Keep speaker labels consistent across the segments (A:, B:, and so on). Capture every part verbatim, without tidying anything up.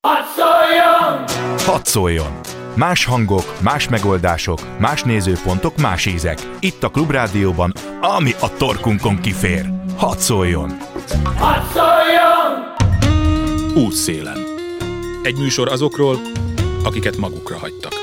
A: Hadd szóljon!
B: Hadd szóljon! Más hangok, más megoldások, más nézőpontok, más ízek. Itt a Klubrádióban, ami a torkunkon kifér. Hadd szóljon!
A: Hadd szóljon!
C: Útszélen. Egy műsor azokról, akiket magukra hagytak.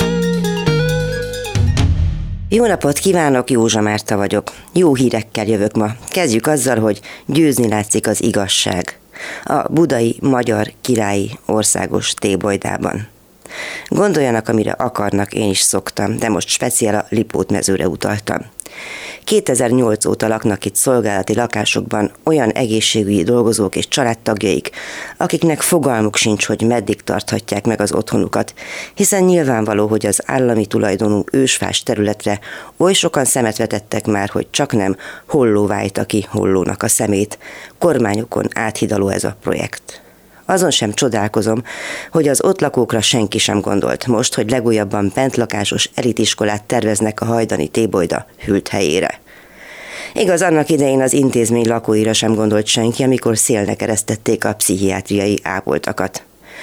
D: Jó napot kívánok, Józsa Márta vagyok. Jó hírekkel jövök ma. Kezdjük azzal, hogy győzni látszik az igazság. A budai Magyar Királyi Országos Tébolydában. Gondoljanak, amire akarnak, én is szoktam, de most speciál a Lipót-mezőre utaltam. kétezer-nyolc óta laknak itt szolgálati lakásokban olyan egészségügyi dolgozók és családtagjaik, akiknek fogalmuk sincs, hogy meddig tarthatják meg az otthonukat, hiszen nyilvánvaló, hogy az állami tulajdonú ősfás területre oly sokan szemet vetettek már, hogy csak nem Holló vájta ki Hollónak a szemét. Kormányokon áthidaló ez a projekt. Azon sem csodálkozom, hogy az ott lakókra senki sem gondolt most, hogy legújabban bentlakásos elitiskolát terveznek a hajdani Tébolyda hűlt helyére. Igaz, annak idején az intézmény lakóira sem gondolt senki, amikor szélnek eresztették a pszichiátriai ápoltakat.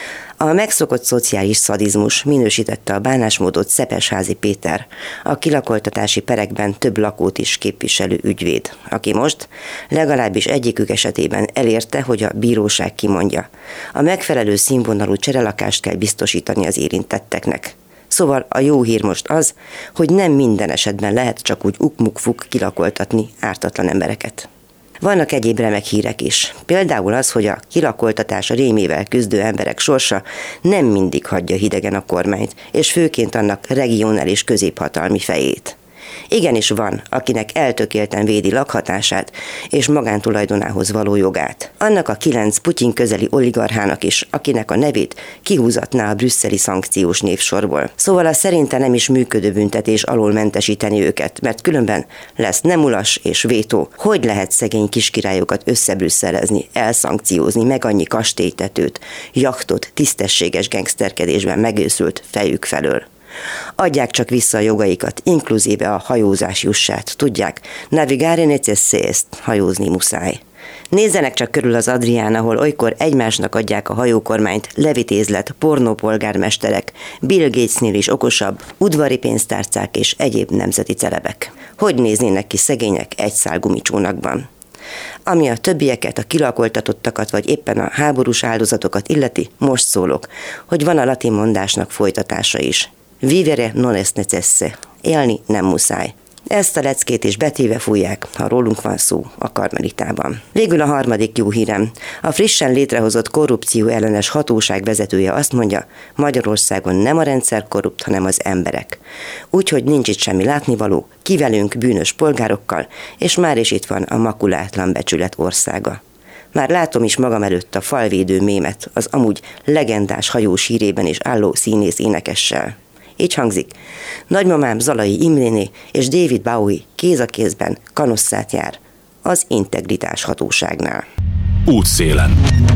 D: A megszokott szociális szadizmus minősítette a bánásmódot Szepesházi Péter, a kilakoltatási perekben több lakót is képviselő ügyvéd, aki most legalábbis egyikük esetében elérte, hogy a bíróság kimondja. A megfelelő színvonalú cserelakást kell biztosítani az érintetteknek. Szóval a jó hír most az, hogy nem minden esetben lehet csak úgy ukmuk-fuk kilakoltatni ártatlan embereket. Vannak egyéb remek hírek is. Például az, hogy a kilakoltatás rémével küzdő emberek sorsa nem mindig hagyja hidegen a kormányt, és főként annak regionális középhatalmi fejét. Igenis van, akinek eltökélten védi lakhatását és magántulajdonához való jogát. Annak a kilenc Putyin közeli oligarchának is, akinek a nevét kihúzatná a brüsszeli szankciós névsorból. Szóval a szerinte nem is működő büntetés alól mentesíteni őket, mert különben lesz nemulas és vétó. Hogy lehet szegény kiskirályokat összebrüsszelezni, elszankciózni, meg annyi kastélytetőt, jachtot, tisztességes gengszterkedésben megőszült fejük felől? Adják csak vissza a jogaikat, inkluzíve a hajózás jussát. Tudják, navigare necessest, hajózni muszáj. Nézzenek csak körül az Adrián, ahol olykor egymásnak adják a hajókormányt levitézlet, pornópolgármesterek, Bill Gatesnél is okosabb, udvari pénztárcák és egyéb nemzeti celebek. Hogy néznének ki szegények egy szál gumicsónakban? Ami a többieket, a kilakoltatottakat vagy éppen a háborús áldozatokat illeti, most szólok, hogy van a latin mondásnak folytatása is. Vivere non est necesse. Élni nem muszáj. Ezt a leckét is betéve fújják, ha rólunk van szó a Karmelitában. Végül a harmadik jó hírem. A frissen létrehozott korrupció ellenes hatóság vezetője azt mondja, Magyarországon nem a rendszer korrupt, hanem az emberek. Úgyhogy nincs itt semmi látnivaló, kivelünk bűnös polgárokkal, és már is itt van a makulátlan becsület országa. Már látom is magam előtt a falvédő mémet, az amúgy legendás hajós hírében is álló színész énekessel. Így hangzik, nagymamám Zalai Imréné és David Bowie kéz a kézben kanosszát jár az integritás hatóságnál.
C: Útszélen.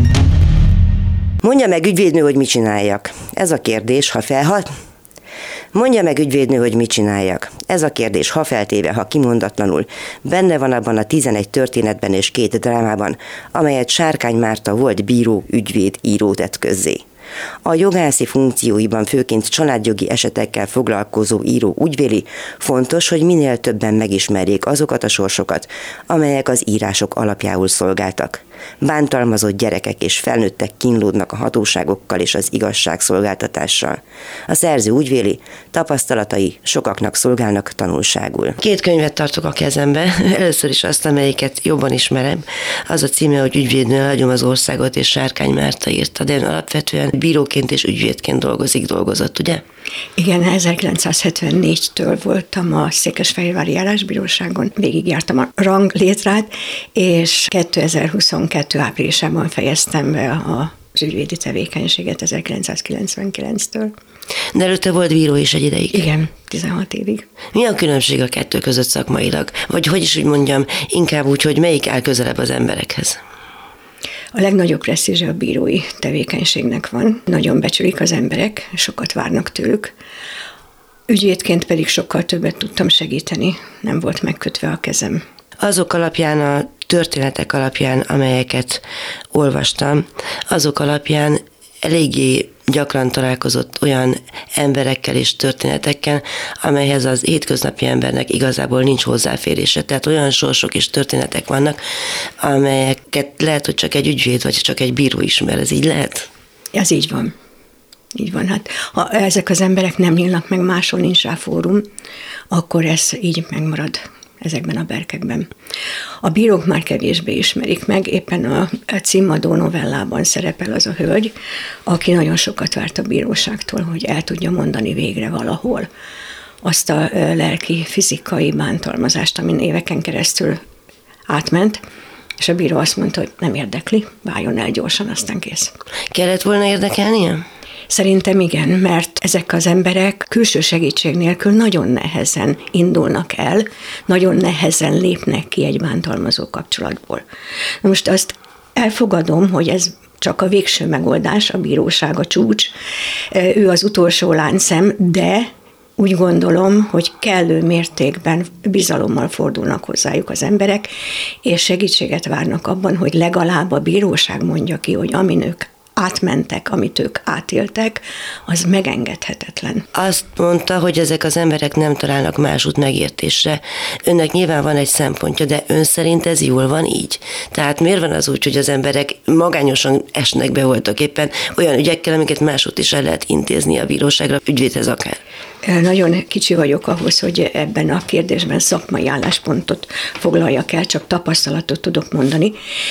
D: Mondja meg, ügyvédnő, hogy mit csináljak. Ez a kérdés, ha felhat... Mondja meg, ügyvédnő, hogy mit csináljak. Ez a kérdés, ha feltéve, ha kimondatlanul, benne van abban a tizenegy történetben és két drámában, amelyet Sárkány Márta volt bíró, ügyvéd, író tett közzé. A jogászi funkcióiban főként családjogi esetekkel foglalkozó író úgy véli, fontos, hogy minél többen megismerjék azokat a sorsokat, amelyek az írások alapjául szolgáltak. Bántalmazott gyerekek és felnőttek kínlódnak a hatóságokkal és az igazságszolgáltatással. A szerző úgy véli, tapasztalatai sokaknak szolgálnak tanulságul. Két könyvet tartok a kezembe, először is azt, amelyiket jobban ismerem. Az a címe, hogy Ügyvédnő, hagyom az országot, és Sárkány Márta írta, de alapvetően bíróként és ügyvédként dolgozik, dolgozott, ugye?
E: Igen, ezerkilencszázhetvennégytől voltam a Székesfehérvári Állásbíróságon, végigjártam a ranglétrát, és kétezer-huszonkettő áprilisában fejeztem be az ügyvédi tevékenységet ezerkilencszázkilencvenkilenctől.
D: De előtte volt bíró is egy ideig.
E: Igen, tizenhat évig.
D: Mi a különbség a kettő között szakmailag? Vagy hogy is úgy mondjam, inkább úgy, hogy melyik áll közelebb az emberekhez?
E: A legnagyobb presztízse a bírói tevékenységnek van. Nagyon becsülik az emberek, sokat várnak tőlük. Ügyvédként pedig sokkal többet tudtam segíteni, nem volt megkötve a kezem. Azok alapján, a történetek alapján, amelyeket olvastam, azok alapján
D: eléggé gyakran találkozott olyan emberekkel és történetekkel, amelyhez az hétköznapi embernek igazából nincs hozzáférése. Tehát olyan sorsok és történetek vannak, amelyeket lehet, hogy csak egy ügyvéd vagy csak egy bíró ismer. Ez így lehet?
E: Ez így van. Így van. Hát, ha ezek az emberek nem nyílnak meg, máshol nincs rá fórum, akkor ez így megmarad ezekben a berkekben. A bírók már kevésbé ismerik meg, éppen a címadó novellában szerepel az a hölgy, aki nagyon sokat várt a bíróságtól, hogy el tudja mondani végre valahol azt a lelki, fizikai bántalmazást, amin éveken keresztül átment, és a bíró azt mondta, hogy nem érdekli, váljon el gyorsan, aztán kész.
D: Kellett volna érdekelnie?
E: Szerintem igen, mert ezek az emberek külső segítség nélkül nagyon nehezen indulnak el, nagyon nehezen lépnek ki egy bántalmazó kapcsolatból. Na most azt elfogadom, hogy ez csak a végső megoldás, a bíróság a csúcs, ő az utolsó láncszem, de úgy gondolom, hogy kellő mértékben bizalommal fordulnak hozzájuk az emberek, és segítséget várnak abban, hogy legalább a bíróság mondja ki, hogy amin ők átmentek, amit ők átéltek, az megengedhetetlen.
D: Azt mondta, hogy ezek az emberek nem találnak másút megértésre. Önnek nyilván van egy szempontja, de ön szerint ez jól van így? Tehát miért van az úgy, hogy az emberek magányosan esnek be voltak éppen olyan ügyekkel, amiket másút is el lehet intézni a bíróságra, ügyvédhez akár?
E: Nagyon kicsi vagyok ahhoz, hogy ebben a kérdésben szakmai álláspontot foglaljak el, csak tapasztalatot tudok mondani,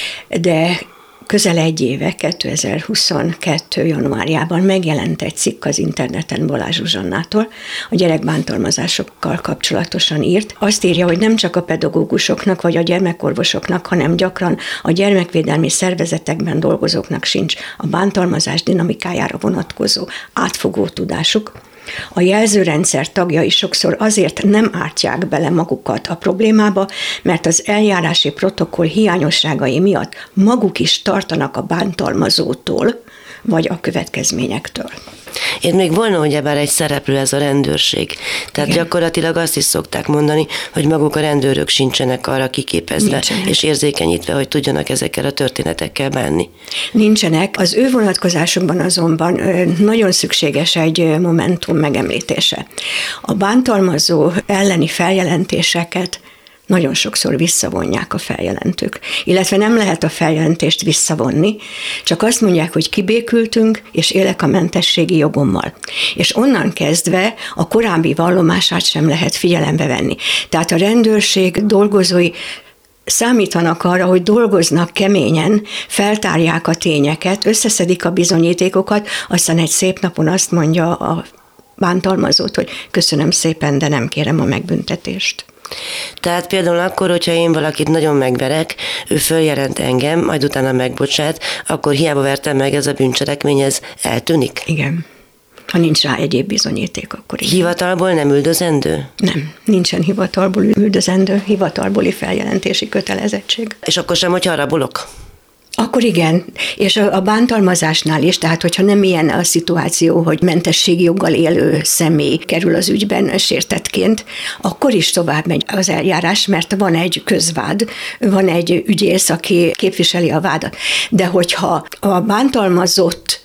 E: de közel egy éve, kétezer-huszonkettő. januárjában megjelent egy cikk az interneten Balázs Zsuzsannától, a gyerekbántalmazásokkal kapcsolatosan írt. Azt írja, hogy nem csak a pedagógusoknak vagy a gyermekorvosoknak, hanem gyakran a gyermekvédelmi szervezetekben dolgozóknak sincs a bántalmazás dinamikájára vonatkozó átfogó tudásuk. A jelzőrendszer tagjai sokszor azért nem ártják bele magukat a problémába, mert az eljárási protokoll hiányosságai miatt maguk is tartanak a bántalmazótól, vagy a következményektől.
D: Itt még volna ugyebár egy szereplő, ez a rendőrség. Tehát igen, gyakorlatilag azt is szokták mondani, hogy maguk a rendőrök sincsenek arra kiképezve nincsenek, és érzékenyítve, hogy tudjanak ezekkel a történetekkel bánni.
E: Nincsenek. Az ő vonatkozásokban azonban nagyon szükséges egy momentum megemlítése. A bántalmazó elleni feljelentéseket nagyon sokszor visszavonják a feljelentők. Illetve nem lehet a feljelentést visszavonni, csak azt mondják, hogy kibékültünk, és élek a mentességi jogommal. És onnan kezdve a korábbi vallomását sem lehet figyelembe venni. Tehát a rendőrség dolgozói számítanak arra, hogy dolgoznak keményen, feltárják a tényeket, összeszedik a bizonyítékokat, aztán egy szép napon azt mondja a bántalmazót, hogy köszönöm szépen, de nem kérem a megbüntetést.
D: Tehát például akkor, hogyha én valakit nagyon megverek, ő följelent engem, majd utána megbocsát, akkor hiába vertem meg, ez a bűncselekmény, ez eltűnik?
E: Igen. Ha nincs rá egyéb bizonyíték, akkor igen.
D: Hivatalból nem üldözendő?
E: Nem, nincsen hivatalból üldözendő, hivatalboli feljelentési kötelezettség.
D: És akkor sem, hogyha harabolok?
E: Akkor igen, és a bántalmazásnál is, tehát hogyha nem ilyen a szituáció, hogy mentességi joggal élő személy kerül az ügyben sértettként, akkor is tovább megy az eljárás, mert van egy közvád, van egy ügyész, aki képviseli a vádat. De hogyha a bántalmazott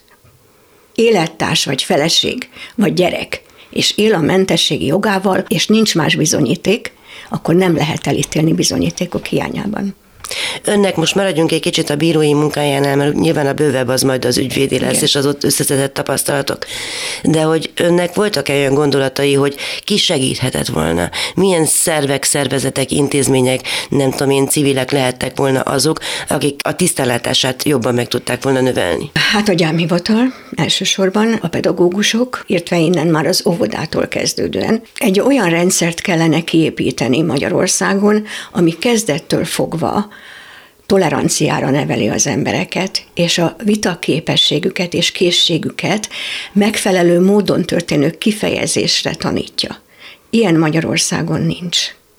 E: élettárs, vagy feleség, vagy gyerek, és él a mentességi jogával, és nincs más bizonyíték, akkor nem lehet elítélni bizonyítékok hiányában.
D: Önnek most maradjunk egy kicsit a bírói munkájánál, mert nyilván a bővebb az majd az ügyvédi lesz, igen, és az ott összeszedett tapasztalatok. De hogy önnek voltak-e olyan gondolatai, hogy ki segíthetett volna? Milyen szervek, szervezetek, intézmények, nem tudom én, civilek lehettek volna azok, akik a tisztánlátását jobban meg tudták volna növelni?
E: Hát a gyámhivatal elsősorban, a pedagógusok, illetve innen már az óvodától kezdődően. Egy olyan rendszert kellene kiépíteni Magyarországon, ami kezdettől fogva toleranciára neveli az embereket, és a vitaképességüket és készségüket megfelelő módon történő kifejezésre tanítja. Ilyen Magyarországon nincs.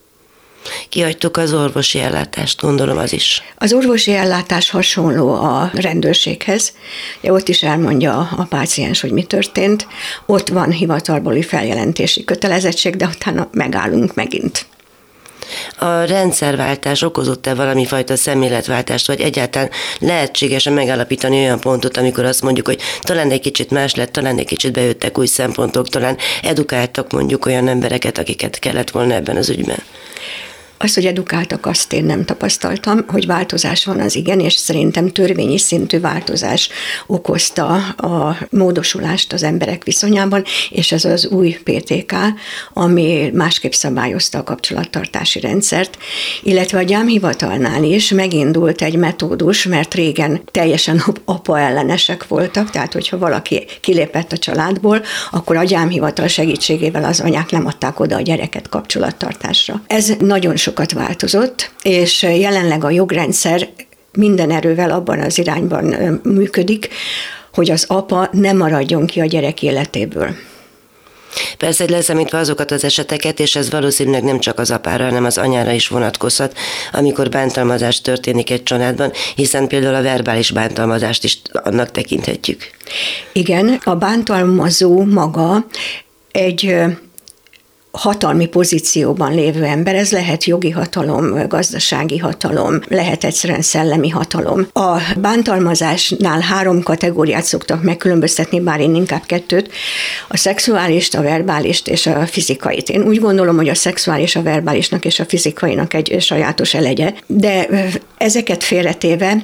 D: Kihagytuk az orvosi ellátást, gondolom az is.
E: Az orvosi ellátás hasonló a rendőrséghez. Ott is elmondja a páciens, hogy mi történt. Ott van hivatalbeli feljelentési kötelezettség, de utána megállunk megint.
D: A rendszerváltás okozott-e valami fajta szemléletváltást, vagy egyáltalán lehetséges-e megállapítani olyan pontot, amikor azt mondjuk, hogy talán egy kicsit más lett, talán egy kicsit bejöttek új szempontok, talán edukáltak mondjuk olyan embereket, akiket kellett volna ebben az ügyben?
E: Azt, hogy edukáltak, azt én nem tapasztaltam, hogy változás van, az igen, és szerintem törvényi szintű változás okozta a módosulást az emberek viszonyában, és ez az új pé té ká, ami másképp szabályozta a kapcsolattartási rendszert, illetve a gyámhivatalnál is megindult egy metódus, mert régen teljesen apa ellenesek voltak, tehát hogyha valaki kilépett a családból, akkor a gyámhivatal segítségével az anyák nem adták oda a gyereket kapcsolattartásra. Ez nagyon sok sokat változott, és jelenleg a jogrendszer minden erővel abban az irányban működik, hogy az apa ne maradjon ki a gyerek életéből.
D: Persze, hogy leszámítva azokat az eseteket, és ez valószínűleg nem csak az apára, hanem az anyára is vonatkozhat, amikor bántalmazás történik egy családban, hiszen például a verbális bántalmazást is annak tekinthetjük.
E: Igen, a bántalmazó maga egy hatalmi pozícióban lévő ember, ez lehet jogi hatalom, gazdasági hatalom, lehet egyszerűen szellemi hatalom. A bántalmazásnál három kategóriát szoktak megkülönböztetni, bár én inkább kettőt, a szexuálist, a verbálist és a fizikait. Én úgy gondolom, hogy a szexuális, a verbálisnak és a fizikainak egy sajátos elegye, de ezeket félretéve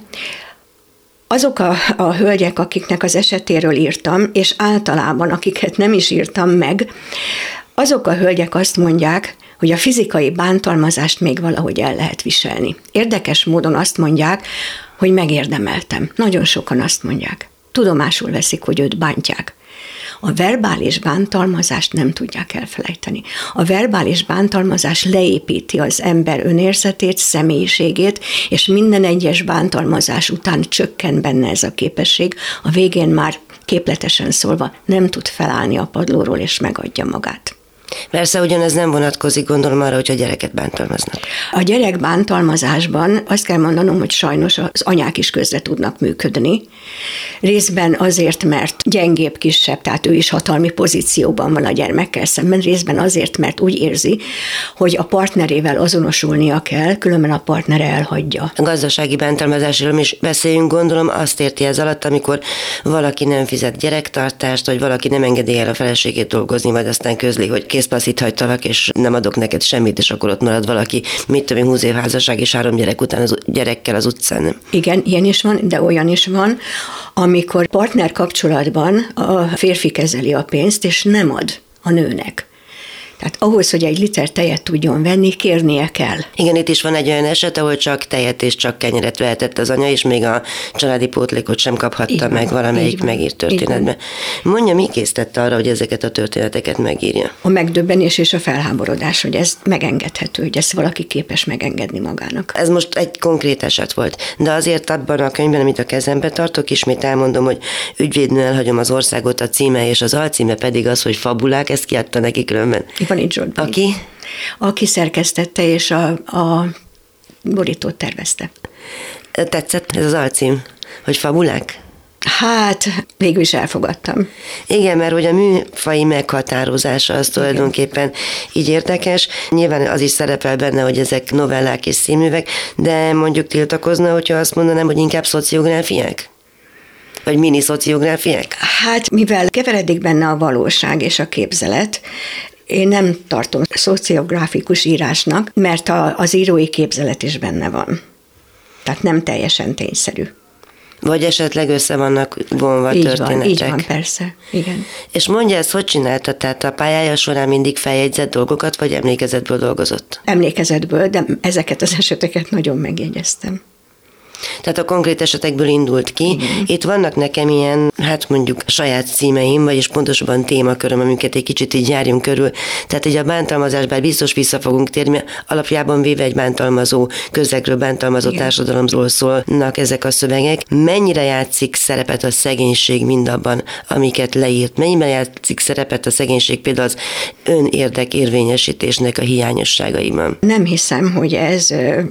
E: azok a, a hölgyek, akiknek az esetéről írtam, és általában akiket nem is írtam meg, azok a hölgyek azt mondják, hogy a fizikai bántalmazást még valahogy el lehet viselni. Érdekes módon azt mondják, hogy megérdemeltem. Nagyon sokan azt mondják. Tudomásul veszik, hogy őt bántják. A verbális bántalmazást nem tudják elfelejteni. A verbális bántalmazás leépíti az ember önérzetét, személyiségét, és minden egyes bántalmazás után csökken benne ez a képesség. A végén már képletesen szólva nem tud felállni a padlóról, és megadja magát.
D: Persze ugyanez nem vonatkozik, gondolom arra, hogy a gyereket bántalmaznak.
E: A gyerek bántalmazásban azt kell mondanom, hogy sajnos az anyák is közre tudnak működni. Részben azért, mert gyengébb, kisebb, tehát ő is hatalmi pozícióban van a gyermekkel szemben, részben azért, mert úgy érzi, hogy a partnerével azonosulnia kell, különben a partnere elhagyja.
D: A gazdasági bántalmazásról is beszéljünk, gondolom azt érti ez alatt, amikor valaki nem fizet gyerektartást, vagy valaki nem engedi el a feleségét dolgozni, majd aztán közli, hogy készpaszit hagytalak, és nem adok neked semmit, és akkor ott marad valaki, mit tudom én, húsz év házasság, és három gyerek után az gyerekkel az utcán. Nem?
E: Igen, ilyen is van, de olyan is van, amikor partner kapcsolatban a férfi kezeli a pénzt, és nem ad a nőnek. Tehát ahhoz, hogy egy liter tejet tudjon venni, kérnie kell.
D: Igen, itt is van egy olyan eset, ahol csak tejet és csak kenyeret vehetett az anya, és még a családi pótlékot sem kaphatta így meg van, valamelyik megírt történetben. Mondja, mi késztette arra, hogy ezeket a történeteket megírja?
E: A megdöbbenés és a felháborodás, hogy ez megengedhető, hogy ezt valaki képes megengedni magának.
D: Ez most egy konkrét eset volt, de azért abban a könyvben, amit a kezembe tartok, ismét elmondom, hogy ügyvédnő elhagyom az országot, a címe és az alcíme pedig az, hogy Fabulák, ezt kiadta neki különben.
E: Van itt Zsolt.
D: Aki?
E: Aki szerkesztette és a, a borítót tervezte.
D: Tetszett ez az alcím, hogy Fabulák?
E: Hát, végül is elfogadtam.
D: Igen, mert hogy a műfai meghatározása az tulajdonképpen így érdekes. Nyilván az is szerepel benne, hogy ezek novellák és színművek, de mondjuk tiltakozna, hogyha azt mondanám, hogy inkább szociográfiák? Vagy mini szociográfiák?
E: Hát, mivel keveredik benne a valóság és a képzelet, én nem tartom szociográfikus írásnak, mert a, az írói képzelet is benne van. Tehát nem teljesen tényszerű.
D: Vagy esetleg össze vannak vonva
E: így
D: történetek.
E: Van, így van, persze, igen.
D: És mondja, ezt hogy csinálta? Tehát a pályája során mindig feljegyzett dolgokat, vagy emlékezetből dolgozott?
E: Emlékezetből, de ezeket az eseteket nagyon megjegyeztem.
D: Tehát a konkrét esetekből indult ki. Igen. Itt vannak nekem ilyen, hát mondjuk saját címeim, vagyis pontosabban témaköröm, amiket egy kicsit így járjunk körül. Tehát így a bántalmazás, bár biztos vissza fogunk térni, mert alapjában véve egy bántalmazó közegről, bántalmazó Igen. társadalomról szólnak ezek a szövegek. Mennyire játszik szerepet a szegénység mindabban, amiket leírt? Mennyire játszik szerepet a szegénység például az önérdek érvényesítésnek a hiányosságaiban?
E: Nem hiszem, hogy ez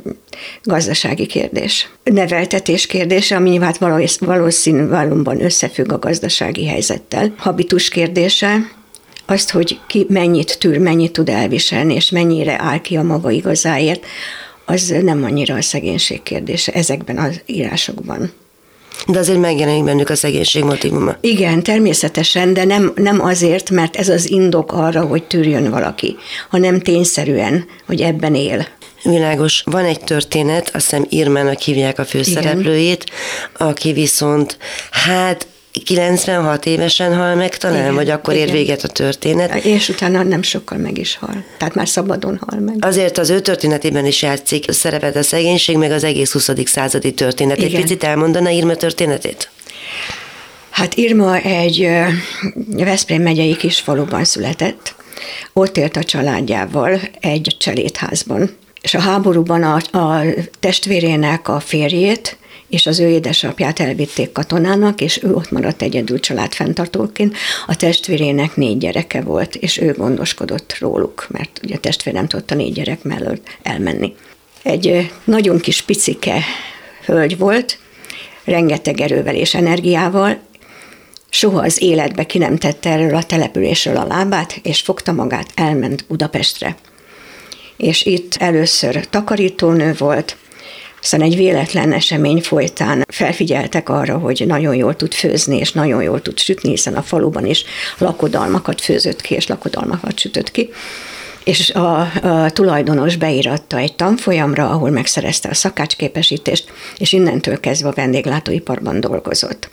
E: gazdasági kérdés. Neveltetés kérdése, ami hát valószínűleg összefügg a gazdasági helyzettel. Habitus kérdése, Azt, hogy ki mennyit tűr, mennyit tud elviselni, és mennyire áll ki a maga igazáért, az nem annyira a szegénység kérdése ezekben az írásokban.
D: De azért megjelenik bennük a szegénység motívuma.
E: Igen, természetesen, de nem, nem azért, mert ez az indok arra, hogy tűrjön valaki, hanem tényszerűen, hogy ebben él.
D: Világos. Van egy történet, azt hiszem Irmának hívják a főszereplőjét, igen. Aki viszont, hát kilencvenhat évesen hal meg talán, igen, vagy akkor igen. ér véget a történet.
E: És utána nem sokkal meg is hal. Tehát már szabadon hal meg.
D: Azért az ő történetében is játszik szerepet a szegénység, meg az egész huszadik századi történet. Igen. Egy picit elmondaná Irma történetét?
E: Hát Irma egy Veszprém megyei kis faluban született. Ott élt a családjával egy cselédházban. És a háborúban a, a testvérének a férjét és az ő édesapját elvitték katonának, és ő ott maradt egyedül családfenntartóként. A testvérének négy gyereke volt, és ő gondoskodott róluk, mert ugye a testvér nem tudott a négy gyerek mellett elmenni. Egy nagyon kis picike hölgy volt, rengeteg erővel és energiával, soha az életbe ki nem tette erről a településről a lábát, és fogta magát, elment Budapestre. És itt először takarítónő volt, aztán egy véletlen esemény folytán felfigyeltek arra, hogy nagyon jól tud főzni, és nagyon jól tud sütni, hiszen a faluban is lakodalmakat főzött ki, és lakodalmakat sütött ki. És a, a tulajdonos beíratta egy tanfolyamra, ahol megszerezte a szakácsképesítést, és innentől kezdve a vendéglátóiparban dolgozott.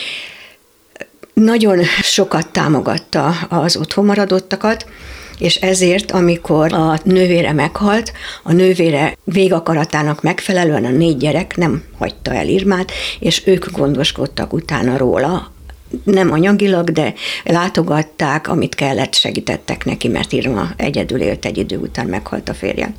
E: Nagyon sokat támogatta az otthon maradottakat, és ezért, amikor a nővére meghalt, a nővére végakaratának megfelelően a négy gyerek nem hagyta el Irmát, és ők gondoskodtak utána róla, nem anyagilag, de látogatták, amit kellett, segítettek neki, mert Irma egyedül élt, egy idő után meghalt a férje.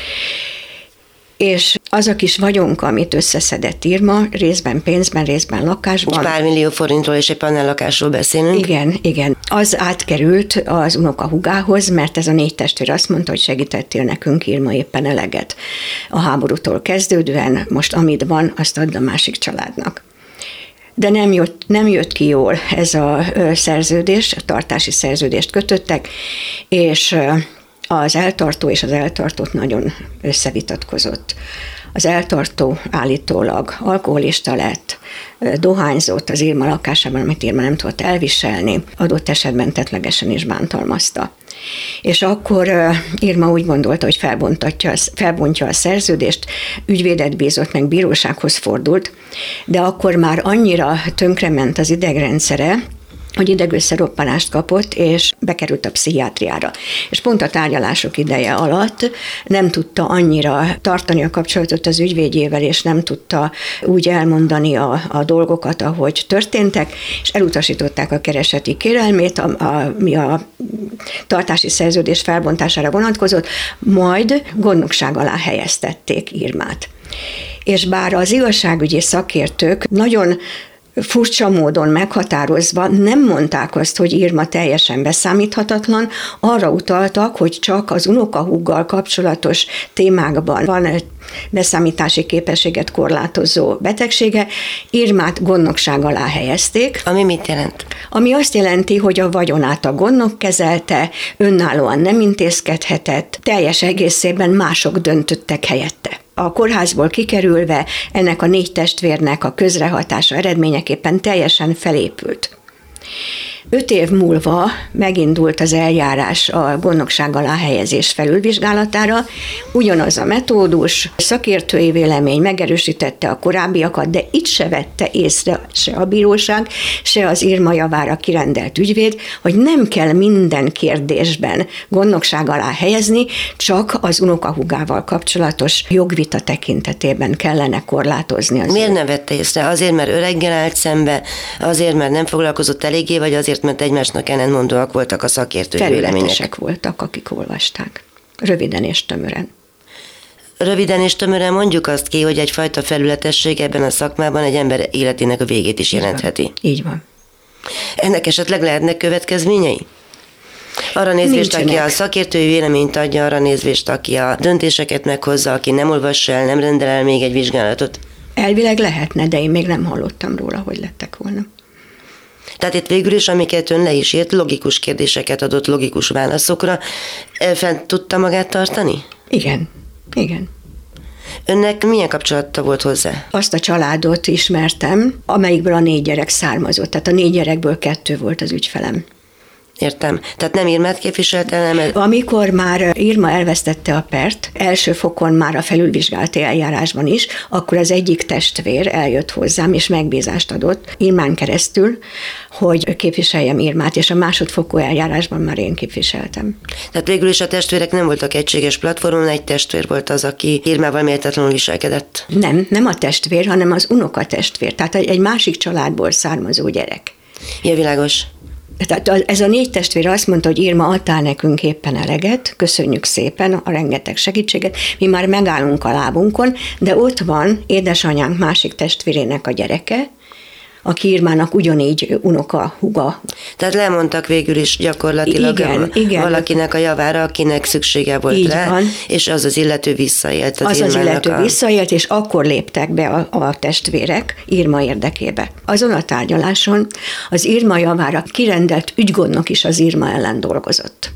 E: És az a kis vagyonk, amit összeszedett Irma, részben pénzben, részben lakásban.
D: Pár millió forintról és egy panellakásról beszélünk.
E: Igen, igen. Az átkerült az unokahúgához, mert ez a négy testvér azt mondta, hogy segítettél nekünk, Irma, éppen eleget. A háborútól kezdődően most amit van, azt add a másik családnak. De nem jött, nem jött ki jól ez a szerződés, a tartási szerződést kötöttek, és az eltartó és az eltartott nagyon összevitatkozott. Az eltartó állítólag alkoholista lett, dohányzott az Irma lakásában, amit Irma nem tudott elviselni, adott esetben tettlegesen is bántalmazta. És akkor Irma úgy gondolta, hogy felbontatja, felbontja a szerződést, ügyvédet bízott, meg bírósághoz fordult, de akkor már annyira tönkrement az idegrendszere, hogy idegösszeroppanást kapott, és bekerült a pszichiátriára. És pont a tárgyalások ideje alatt nem tudta annyira tartani a kapcsolatot az ügyvédjével, és nem tudta úgy elmondani a, a dolgokat, ahogy történtek, és elutasították a kereseti kérelmét, a, a, mi a tartási szerződés felbontására vonatkozott, majd gondnokság alá helyeztették Irmát. És bár az igazságügyi szakértők nagyon furcsa módon meghatározva nem mondták azt, hogy Irma teljesen beszámíthatatlan, arra utaltak, hogy csak az unokahúggal kapcsolatos témákban van egy beszámítási képességet korlátozó betegsége, Irmát gondnokság alá helyezték.
D: Ami mit jelent?
E: Ami azt jelenti, hogy a vagyonát a gondnok kezelte, önállóan nem intézkedhetett, teljes egészében mások döntöttek helyette. A kórházból kikerülve ennek a négy testvérnek a közrehatása eredményeképpen teljesen felépült. Öt év múlva megindult az eljárás a gondnokság alá helyezés felülvizsgálatára. Ugyanaz a metódus, szakértői vélemény megerősítette a korábbiakat, de itt se vette észre se a bíróság, se az Irma javára kirendelt ügyvéd, hogy nem kell minden kérdésben gondnokság alá helyezni, csak az unokahúgával kapcsolatos jogvita tekintetében kellene korlátozni. Az
D: Miért nem vette észre? Azért, mert öreggel állt szembe, azért, mert nem foglalkozott eléggé, vagy azért, mert egymásnak ellentmondóak voltak a szakértői vélemények?
E: Felületesek voltak, akik olvasták. Röviden és tömören.
D: Röviden és tömören mondjuk azt ki, hogy egyfajta felületesség ebben a szakmában egy ember életének a végét is jelentheti.
E: Így van. Így van.
D: Ennek esetleg lehetnek következményei? Arra nézvést, aki a szakértői véleményt adja, arra nézvést, aki a döntéseket meghozza, aki nem olvassa el, nem rendel el még egy vizsgálatot?
E: Elvileg lehetne, de én még nem hallottam róla, hogy lettek volna.
D: Tehát itt végül is, amiket ön le is írt, logikus kérdéseket adott logikus válaszokra, fent tudta magát tartani?
E: Igen, igen.
D: Önnek milyen kapcsolata volt hozzá?
E: Azt a családot ismertem, amelyikből a négy gyerek származott. Tehát a négy gyerekből kettő volt az ügyfelem.
D: Értem. Tehát nem Irmát képviselte, nem...
E: Amikor már Irma elvesztette a pert, első fokon már a felülvizsgálati eljárásban is, akkor az egyik testvér eljött hozzám, és megbízást adott Irmán keresztül, hogy képviseljem Irmát, és a másodfokú eljárásban már én képviseltem.
D: Tehát végül is a testvérek nem voltak egységes platformon, egy testvér volt az, aki Irmával méltatlanul viselkedett.
E: Nem, nem a testvér, hanem az unokatestvér, tehát egy másik családból származó gyerek.
D: Ja, világos.
E: Tehát ez a négy testvér azt mondta, hogy Irma, adtál nekünk éppen eleget, köszönjük szépen a rengeteg segítséget, mi már megállunk a lábunkon, de ott van édesanyánk másik testvérének a gyereke, aki Irmának ugyanígy unoka, húga.
D: Tehát lemondtak végül is gyakorlatilag
E: igen, igen.
D: valakinek a javára, akinek szüksége volt
E: így
D: rá,
E: van.
D: És az az illető visszaélt. Az,
E: az az illető
D: a...
E: visszaélt, és akkor léptek be a, a testvérek Irma érdekébe. Azon a tárgyaláson az Irma javára kirendelt ügygondnok is az Irma ellen dolgozott.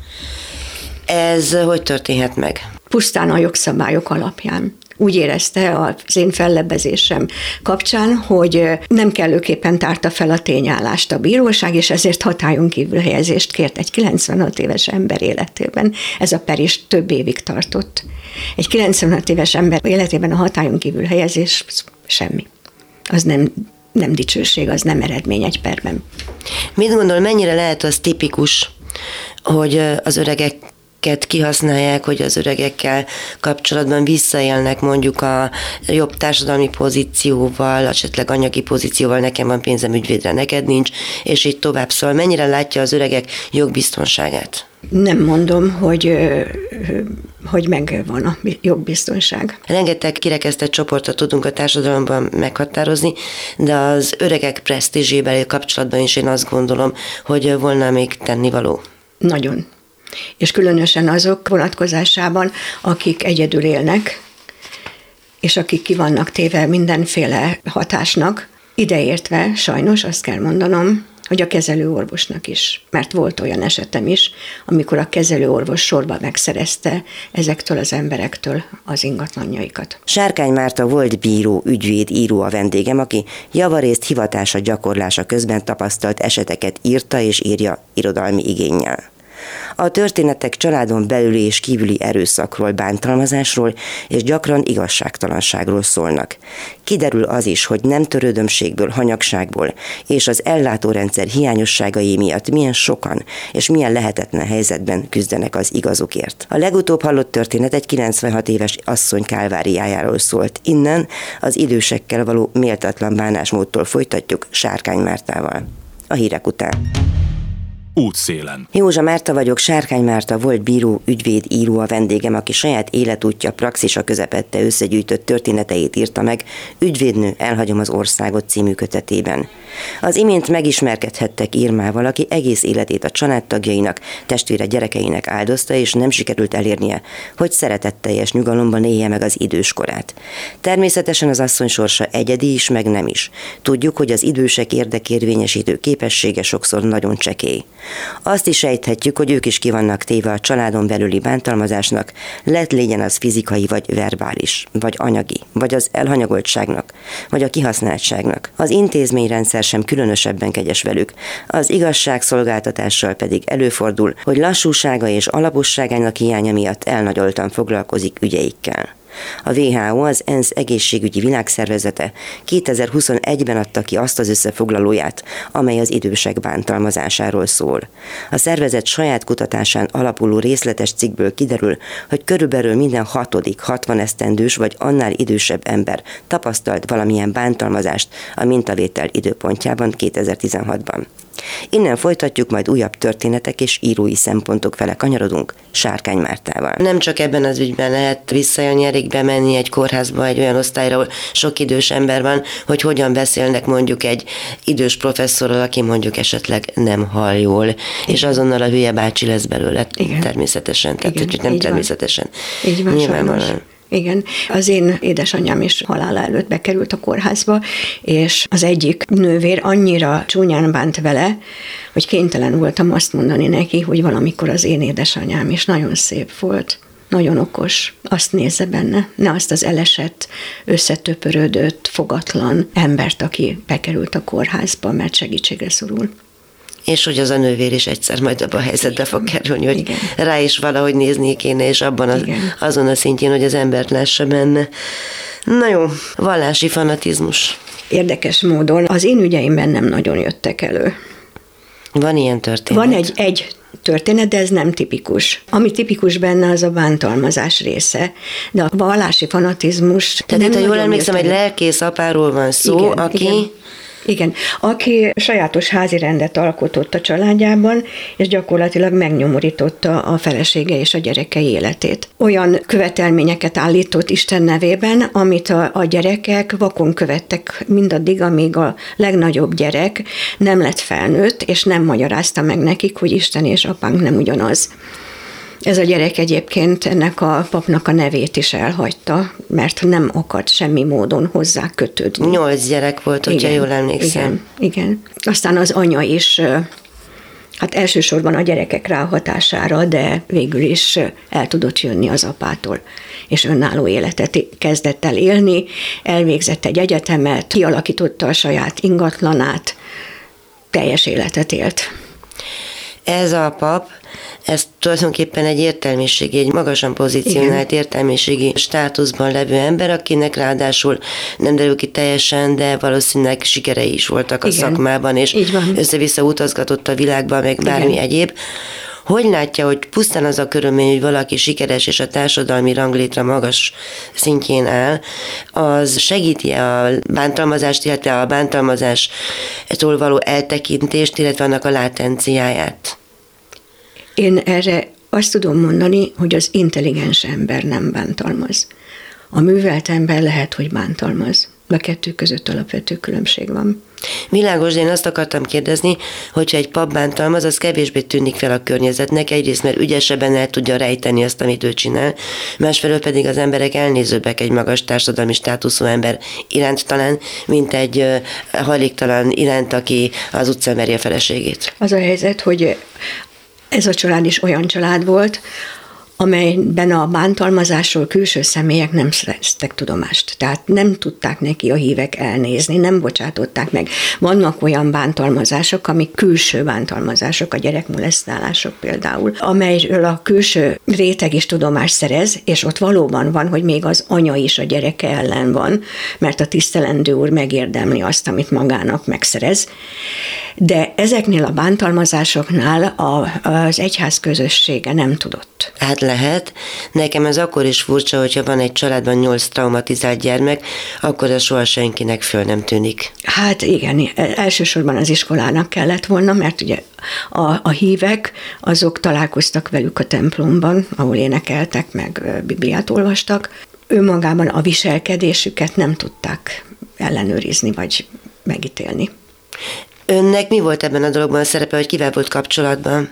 D: Ez hogy történhet meg?
E: Pusztán a jogszabályok alapján. Úgy érezte az én fellebbezésem kapcsán, hogy nem kellőképpen tárta fel a tényállást a bíróság, és ezért hatályon kívül helyezést kért egy kilencvenhat éves ember életében. Ez a per is több évig tartott. Egy kilencvenhat éves ember életében a hatályon kívül helyezés semmi. Az nem, nem dicsőség, az nem eredmény egy perben.
D: Mit gondol, mennyire lehet az tipikus, hogy az öregek kihasználják, hogy az öregekkel kapcsolatban visszaélnek mondjuk a jobb társadalmi pozícióval, esetleg anyagi pozícióval, nekem van pénzem ügyvédre, neked nincs, és így tovább. Szóval mennyire látja az öregek jogbiztonságát? Nem
E: mondom, hogy, hogy megvan a jogbiztonság.
D: Rengeteg kirekesztett csoportot tudunk a társadalomban meghatározni, de az öregek presztízsével kapcsolatban is én azt gondolom, hogy volna még tennivaló.
E: Nagyon. És különösen azok vonatkozásában, akik egyedül élnek, és akik ki vannak téve mindenféle hatásnak, ideértve sajnos azt kell mondanom, hogy a kezelőorvosnak is. Mert volt olyan esetem is, amikor a kezelőorvos sorba megszerezte ezektől az emberektől az ingatlanjaikat.
D: Sárkány Márta volt bíró, ügyvéd, író a vendégem, aki javarészt hivatása gyakorlása közben tapasztalt eseteket írta és írja irodalmi igénnyel. A történetek családon belüli és kívüli erőszakról, bántalmazásról és gyakran igazságtalanságról szólnak. Kiderül az is, hogy nem törődömségből, hanyagságból és az ellátórendszer hiányosságai miatt milyen sokan és milyen lehetetlen helyzetben küzdenek az igazukért. A legutóbb hallott történet egy kilencvenhat éves asszony kálváriájáról szólt. Innen az idősekkel való méltatlan bánásmódtól folytatjuk Sárkány Mártával. A hírek után.
C: Útszélen.
D: Józsa Márta vagyok, Sárkány Márta volt bíró, ügyvéd, író a vendégem, aki saját életútja, praxisa közepette összegyűjtött történeteit írta meg Ügyvédnő, elhagyom az országot című kötetében. Az imént megismerkedhettek Irmával, aki egész életét a családtagjainak, testvére gyerekeinek áldozta, és nem sikerült elérnie, hogy szeretetteljes nyugalomban élje meg az időskorát. Természetesen az asszony sorsa egyedi is, meg nem is. Tudjuk, hogy az idősek érdekérvényesítő képessége sokszor nagyon csekély. Azt is sejthetjük, hogy ők is ki vannak téve a családon belüli bántalmazásnak, lett legyen az fizikai vagy verbális, vagy anyagi, vagy az elhanyagoltságnak, vagy a kihasználtságnak. Az intézményrendszer sem különösebben kegyes velük. Az igazságszolgáltatással pedig előfordul, hogy lassúsága és alaposságának hiánya miatt elnagyoltan foglalkozik ügyeikkel. A dupla vé há ó, az ENSZ egészségügyi világszervezete kétezer-huszonegyben adta ki azt az összefoglalóját, amely az idősek bántalmazásáról szól. A szervezet saját kutatásán alapuló részletes cikkből kiderül, hogy körülbelül minden hatodik hatvan esztendős vagy annál idősebb ember tapasztalt valamilyen bántalmazást a mintavétel időpontjában kétezer-tizenhatban. Innen folytatjuk, majd újabb történetek és írói szempontok fele kanyarodunk Sárkány Mártával. Nem csak ebben az ügyben lehet visszaélni, elég bemenni egy kórházba, egy olyan osztályra, ahol sok idős ember van, hogy hogyan beszélnek mondjuk egy idős professzorral, aki mondjuk esetleg nem hall jól, igen. És azonnal a hülye bácsi lesz belőle. Igen. Természetesen. Tehát,
E: igen,
D: hogy nem
E: így
D: természetesen.
E: Van. Így van,
D: nyilvánvalóan.
E: Igen, az én édesanyám is halála előtt bekerült a kórházba, és az egyik nővér annyira csúnyán bánt vele, hogy kénytelen voltam azt mondani neki, hogy valamikor az én édesanyám is nagyon szép volt, nagyon okos, azt nézze benne, ne azt az elesett, összetöpörödött, fogatlan embert, aki bekerült a kórházba, mert segítségre szorul.
F: És hogy az a nővér is egyszer majd abban a helyzetbe fog kerülni, hogy
E: Igen.
F: rá is valahogy nézni kéne, és abban az, azon a szintjén, hogy az embert lássa benne. Na jó, vallási fanatizmus.
E: Érdekes módon az én ügyeimben nem nagyon jöttek elő.
F: Van ilyen történet?
E: Van egy, egy történet, de ez nem tipikus. Ami tipikus benne, az a bántalmazás része. De a vallási fanatizmus...
F: Tehát itt, ha jól emlékszem, egy
E: elő.
F: lelkész apáról van szó,
E: Igen,
F: aki...
E: Igen. Igen, aki sajátos házi rendet alkotott a családjában, és gyakorlatilag megnyomorította a felesége és a gyerekei életét. Olyan követelményeket állított Isten nevében, amit a, a gyerekek vakon követtek mindaddig, amíg a legnagyobb gyerek nem lett felnőtt, és nem magyarázta meg nekik, hogy Isten és apánk nem ugyanaz. Ez a gyerek egyébként ennek a papnak a nevét is elhagyta, mert nem akart semmi módon hozzá kötődni.
F: Nyolc gyerek volt, hogyha jól emlékszem.
E: Igen, igen. Aztán az anya is, hát elsősorban a gyerekek ráhatására, de végül is el tudott jönni az apától, és önálló életet kezdett el élni, elvégzett egy egyetemet, kialakította a saját ingatlanát, teljes életet élt.
F: Ez a pap, ez tulajdonképpen egy értelmiségi, egy magasan pozícionált Igen. értelmiségi státuszban levő ember, akinek ráadásul nem derül ki teljesen, de valószínűleg sikerei is voltak a
E: Igen.
F: szakmában, és össze-vissza utazgatott a világban, meg bármi Igen. egyéb. Hogy látja, hogy pusztán az a körülmény, hogy valaki sikeres és a társadalmi ranglétre magas szintjén áll, az segíti a bántalmazást, illetve a bántalmazástól való eltekintést, illetve annak a látenciáját?
E: Én erre azt tudom mondani, hogy az intelligens ember nem bántalmaz. A művelt ember lehet, hogy bántalmaz. A kettő között alapvető különbség van.
F: Világos, de én azt akartam kérdezni, hogyha egy pap bántalmaz, az kevésbé tűnik fel a környezetnek, egyrészt mert ügyesebben el tudja rejteni azt, amit ő csinál, másfelől pedig az emberek elnézőbbek egy magas társadalmi státuszú ember iránt talán, mint egy hajléktalan iránt, aki az utcán veri a feleségét.
E: Az a helyzet, hogy ez a család is olyan család volt, amelyben a bántalmazásról külső személyek nem szereztek tudomást. Tehát nem tudták neki a hívek elnézni, nem bocsátották meg. Vannak olyan bántalmazások, amik külső bántalmazások, a gyerekmolesztálások például, amelyről a külső réteg is tudomást szerez, és ott valóban van, hogy még az anya is a gyereke ellen van, mert a tisztelendő úr megérdemli azt, amit magának megszerez. De ezeknél a bántalmazásoknál a, az egyház közössége nem tudott.
F: Hát lehet. Nekem ez akkor is furcsa, hogyha van egy családban nyolc traumatizált gyermek, akkor ez soha senkinek föl nem tűnik.
E: Hát igen, elsősorban az iskolának kellett volna, mert ugye a, a hívek, azok találkoztak velük a templomban, ahol énekeltek, meg Bibliát olvastak. Önmagában a viselkedésüket nem tudták ellenőrizni, vagy megítélni.
F: Önnek mi volt ebben a dologban a szerepe, hogy kivel volt kapcsolatban?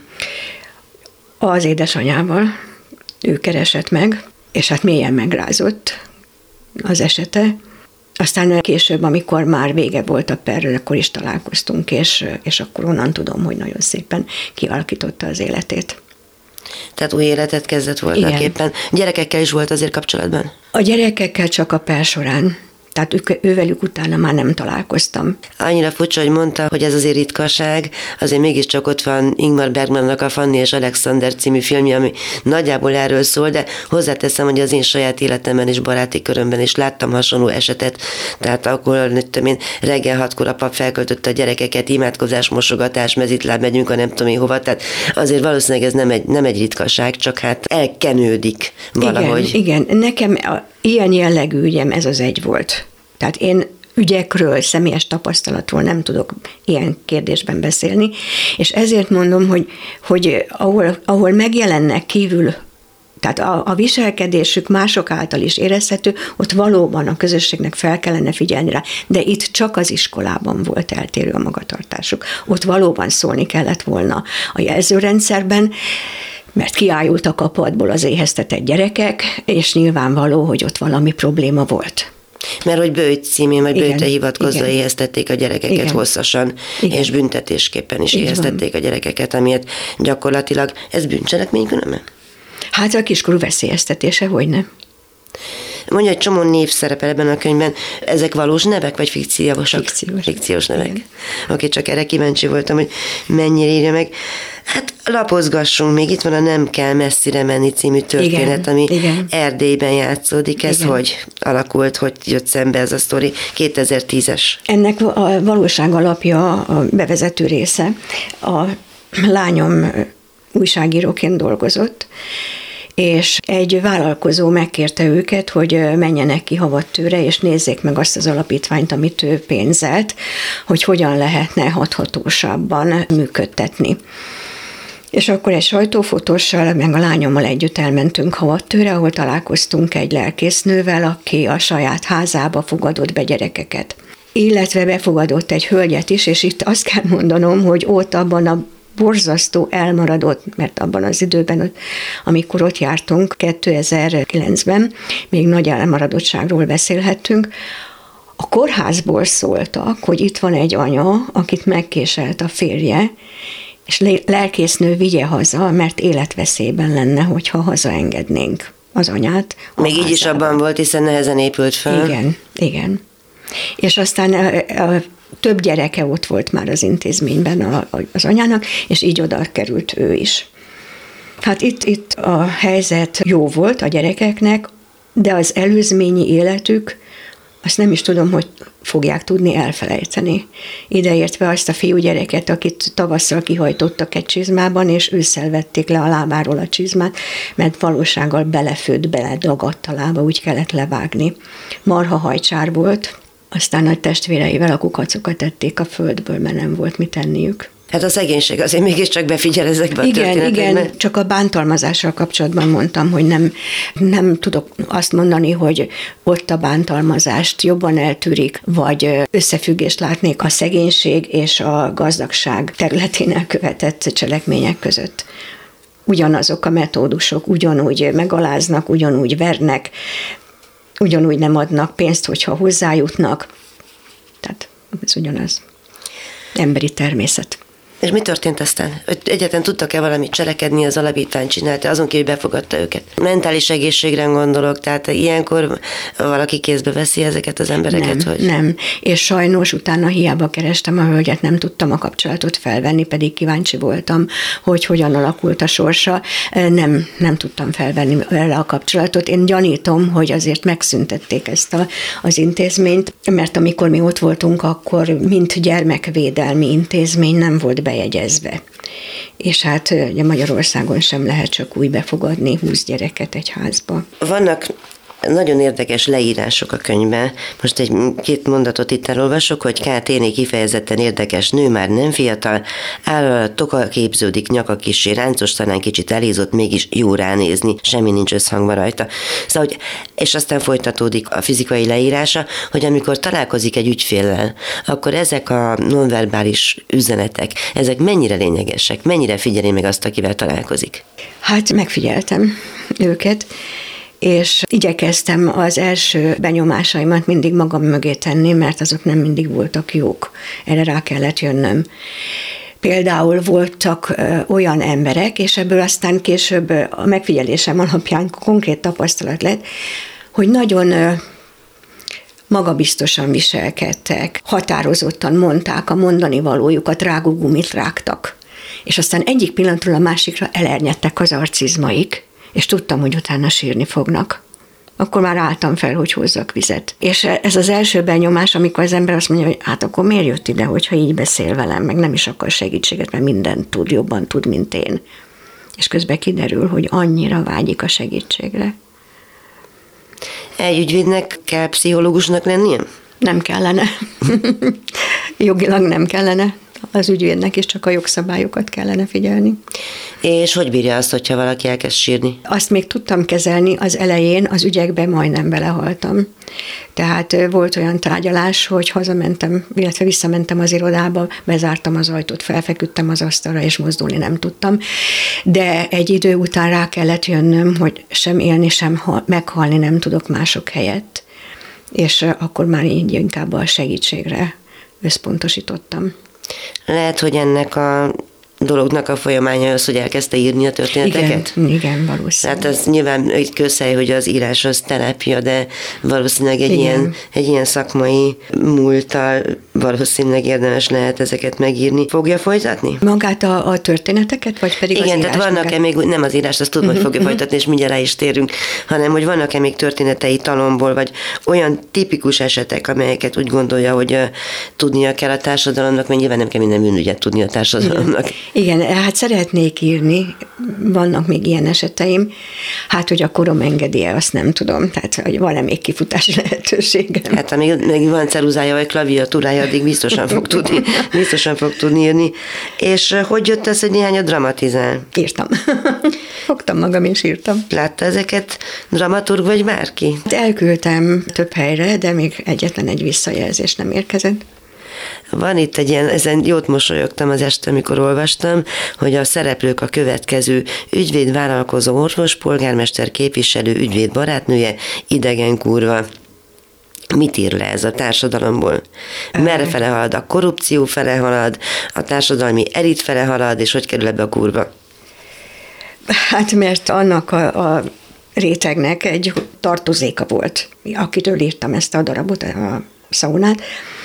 E: Az édesanyával. Ő keresett meg, és hát mélyen megrázott az esete. Aztán később, amikor már vége volt a perről, akkor is találkoztunk, és, és akkor onnan tudom, hogy nagyon szépen kialakította az életét.
F: Tehát új életet kezdett voltak éppen. Gyerekekkel is volt azért kapcsolatban?
E: A gyerekekkel csak a per során. Tehát ők, ővelük utána már nem találkoztam.
F: Annyira furcsa, hogy mondta, hogy ez azért ritkaság, azért mégiscsak ott van Ingmar Bergmannak a Fanny és Alexander című filmje, ami nagyjából erről szól, de hozzáteszem, hogy az én saját életemben és baráti körömben is láttam hasonló esetet, tehát akkor én, reggel hatkor a pap felköltötte a gyerekeket, imádkozás, mosogatás, mezitláb, megyünk a nem tudom én hova, tehát azért valószínűleg ez nem egy, nem egy ritkaság, csak hát elkenődik valahogy.
E: Igen, igen. Nekem a, ilyen jellegű ügyem ez az egy volt. Tehát én ügyekről, személyes tapasztalatról nem tudok ilyen kérdésben beszélni, és ezért mondom, hogy, hogy ahol, ahol megjelennek kívül, tehát a, a viselkedésük mások által is érezhető, ott valóban a közösségnek fel kellene figyelni rá, de itt csak az iskolában volt eltérő a magatartásuk. Ott valóban szólni kellett volna a jelzőrendszerben, mert kiájultak a padból az éheztetett gyerekek, és nyilvánvaló, hogy ott valami probléma volt.
F: Mert hogy Böjt címén, vagy Böjtre hivatkozva
E: igen.
F: éheztették a gyerekeket igen. hosszasan, igen. és büntetésképpen is Így éheztették van. a gyerekeket, amiért gyakorlatilag ez bűncselekmény különben?
E: Hát a kiskorú veszélyeztetése, hogy nem.
F: Mondja, egy csomó név szerepel ebben a könyvben. Ezek valós nevek, vagy fikciósak?
E: Fikciós.
F: Fikciós nevek. Oké, okay, csak erre kíváncsi voltam, hogy mennyire írja meg. Hát lapozgassunk, még itt van a Nem kell messzire menni című történet, igen, ami igen. Erdélyben játszódik. Ez igen. hogy alakult, hogy jött szembe ez a sztori? kétezer-tízes.
E: Ennek a valóság alapja a bevezető része. A lányom újságíróként dolgozott, és egy vállalkozó megkérte őket, hogy menjenek ki Havattőre, és nézzék meg azt az alapítványt, amit ő pénzelt, hogy hogyan lehetne hathatósabban működtetni. És akkor egy sajtófotóssal, meg a lányommal együtt elmentünk Havattőre, ahol találkoztunk egy lelkésznővel, aki a saját házába fogadott be gyerekeket. Illetve befogadott egy hölgyet is, és itt azt kell mondanom, hogy ott abban a borzasztó elmaradott, mert abban az időben, amikor ott jártunk, kétezer-kilencben, még nagy elmaradottságról beszélhettünk, a kórházból szóltak, hogy itt van egy anya, akit megkéselt a férje, és lelkésznő vigye haza, mert életveszélyben lenne, hogyha hazaengednénk az anyát.
F: Még így is abban volt, hiszen nehezen épült fel.
E: Igen, igen. És aztán a, a több gyereke ott volt már az intézményben a, az anyának, és így oda került ő is. Hát itt, itt a helyzet jó volt a gyerekeknek, de az előzményi életük, azt nem is tudom, hogy fogják tudni elfelejteni. Ideértve azt a fiúgyereket, akit tavasszal kihajtottak egy csizmában, és ősszel vették le a lábáról a csizmát, mert valósággal belefőtt, beledagadt a lába, úgy kellett levágni. Marha hajcsár volt, aztán nagy testvéreivel a kukacokat tették a földből, mert nem volt mit tenniük.
F: Hát a szegénység azért mégiscsak befigyel ezekbe a
E: igen,
F: történetekben.
E: Igen, csak a bántalmazással kapcsolatban mondtam, hogy nem, nem tudok azt mondani, hogy ott a bántalmazást jobban eltűrik, vagy összefüggést látnék a szegénység és a gazdagság területén elkövetett cselekmények között. Ugyanazok a metódusok, ugyanúgy megaláznak, ugyanúgy vernek, ugyanúgy nem adnak pénzt, hogyha hozzájutnak. Tehát ez ugyanaz. Emberi természet.
F: És mi történt aztán? Egyáltalán tudtak-e valamit cselekedni, az alapítvány csinálta, azon kívül befogadta őket? Mentális egészségre gondolok, tehát ilyenkor valaki kézbe veszi ezeket az embereket?
E: Nem,
F: hogy...
E: nem. És sajnos utána hiába kerestem a hölgyet, nem tudtam a kapcsolatot felvenni, pedig kíváncsi voltam, hogy hogyan alakult a sorsa. Nem, nem tudtam felvenni vele a kapcsolatot. Én gyanítom, hogy azért megszüntették ezt a, az intézményt, mert amikor mi ott voltunk, akkor mint gyermekvédelmi intézmény nem volt bejegyezve. És hát ugye Magyarországon sem lehet csak úgy befogadni húsz gyereket egy házba.
F: Vannak nagyon érdekes leírások a könyvben. Most egy két mondatot itt elolvasok, hogy K. Téné kifejezetten érdekes nő, már nem fiatal, áll alatt toka képződik, nyaka kissé ráncos, talán kicsit elhízott, mégis jó ránézni, semmi nincs összhangva rajta. Szóval, hogy, és aztán folytatódik a fizikai leírása, hogy amikor találkozik egy ügyféllel, akkor ezek a nonverbális üzenetek, ezek mennyire lényegesek, mennyire figyeli meg azt, akivel találkozik?
E: Hát megfigyeltem őket, és igyekeztem az első benyomásaimat mindig magam mögé tenni, mert azok nem mindig voltak jók. Erre rá kellett jönnöm. Például voltak olyan emberek, és ebből aztán később a megfigyelésem alapján konkrét tapasztalat lett, hogy nagyon magabiztosan viselkedtek, határozottan mondták a mondani valójukat, rágógumit rágtak. És aztán egyik pillanatról a másikra elernyedtek az arcizmaik, és tudtam, hogy utána sírni fognak. Akkor már álltam fel, hogy hozzak vizet. És ez az első benyomás, amikor az ember azt mondja, hogy hát akkor miért jött ide, hogyha így beszél velem, meg nem is akar segítséget, mert mindent tud, jobban tud, mint én. És közben kiderül, hogy annyira vágyik a segítségre.
F: Egy ügyvédnek kell pszichológusnak lennie?
E: Nem kellene. Jogilag nem kellene. az ügyvédnek, és csak a jogszabályokat kellene figyelni.
F: És hogy bírja azt, hogyha valaki elkezd sírni?
E: Azt még tudtam kezelni, az elején az ügyekbe majdnem belehaltam. Tehát volt olyan tárgyalás, hogy hazamentem, illetve visszamentem az irodába, bezártam az ajtót, felfeküdtem az asztalra, és mozdulni nem tudtam. De egy idő után rá kellett jönnöm, hogy sem élni, sem meghalni nem tudok mások helyett. És akkor már így inkább a segítségre összpontosítottam.
F: Lehet, hogy ennek a dolognak a folyamánya az, hogy elkezdte írni a történeteket?
E: Igen, igen, valószínűleg.
F: Hát az nyilván egy közhely, hogy az írás az terápia, de valószínűleg egy ilyen, egy ilyen szakmai múlttal valószínűleg érdemes lehet ezeket megírni. Fogja folytatni?
E: Magát a, a történeteket, vagy pedig
F: igen,
E: az
F: tehát vannak-e még, nem az írást, azt tudom, hogy fogja folytatni, és mindjárt rá is térünk, hanem hogy vannak-e még történetei talomból, vagy olyan tipikus esetek, amelyeket úgy gondolja, hogy uh, tudnia kell a társadalomnak, mert nyilván nem kell minden bűnügyet tudni a társadalomnak.
E: Igen, hát szeretnék írni, vannak még ilyen eseteim, hát, hogy a korom engedélye, azt nem tudom, tehát, hogy van-e még kifutási lehetőségem.
F: Hát, amíg még van ceruzája vagy klaviatúrája, addig biztosan fog tudni, biztosan fog tudni írni. És hogy jött ez, hogy néhányat dramatizál?
E: Írtam. Fogtam magam és írtam.
F: Látta ezeket dramaturg vagy bárki?
E: Elküldtem több helyre, de még egyetlen egy visszajelzés nem érkezett.
F: Van itt egy ilyen, ezen jót mosolyogtam az este, amikor olvastam, hogy a szereplők a következő: ügyvéd, vállalkozó, orvos, polgármester, képviselő, ügyvéd barátnője, idegen kurva. Mit ír le ez a társadalomból? Merre fele halad? A korrupció fele halad, a társadalmi elit fele halad, és hogy kerül ebbe a kurva?
E: Hát mert annak a, a rétegnek egy tartozéka volt, akitől írtam ezt a darabot, a szaunát.